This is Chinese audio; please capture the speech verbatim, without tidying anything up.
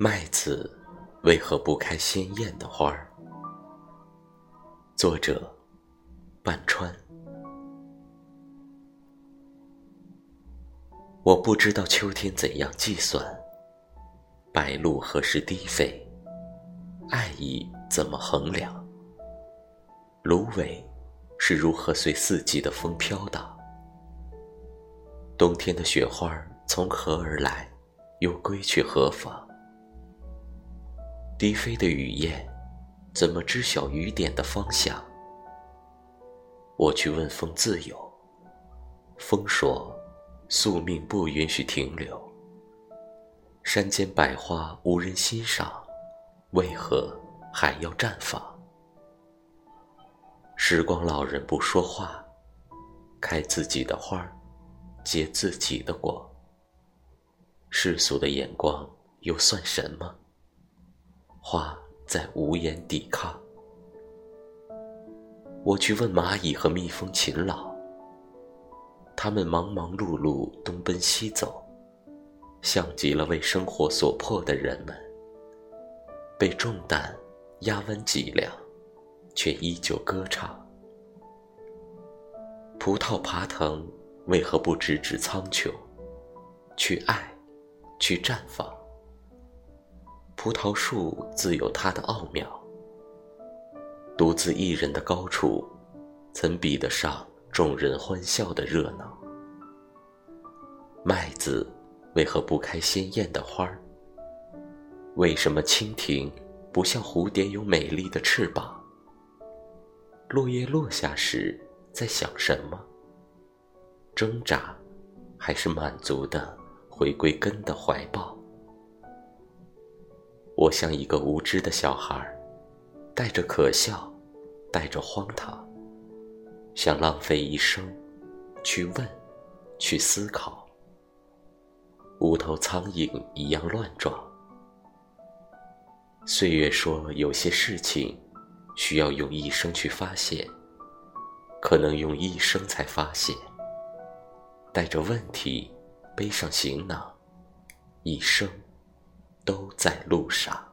麦子为何不开鲜艳的花儿？作者：半川。我不知道秋天怎样计算，白鹭何时低飞，爱意怎么衡量，芦苇是如何随四季的风飘荡，冬天的雪花从何而来，又归去何方？低飞的雨燕怎么知晓雨点的方向？我去问风自由，风说宿命不允许停留。山间百花无人欣赏，为何还要绽放？时光老人不说话，开自己的花，结自己的果。世俗的眼光又算什么？花在无言抵抗。我去问蚂蚁和蜜蜂勤劳，他们忙忙碌碌东奔西走，像极了为生活所迫的人们，被重担压弯脊梁，却依旧歌唱。葡萄爬藤为何不直指苍穹，去爱，去绽放？葡萄树自有它的奥妙，独自一人的高处，曾比得上众人欢笑的热闹。麦子为何不开鲜艳的花儿？为什么蜻蜓不像蝴蝶有美丽的翅膀？落叶落下时在想什么？挣扎还是满足的回归根的怀抱？我像一个无知的小孩，带着可笑，带着荒唐，想浪费一生去问，去思考。无头苍蝇一样乱撞。岁月说有些事情需要用一生去发现，可能用一生才发现。带着问题背上行囊，一生都在路上。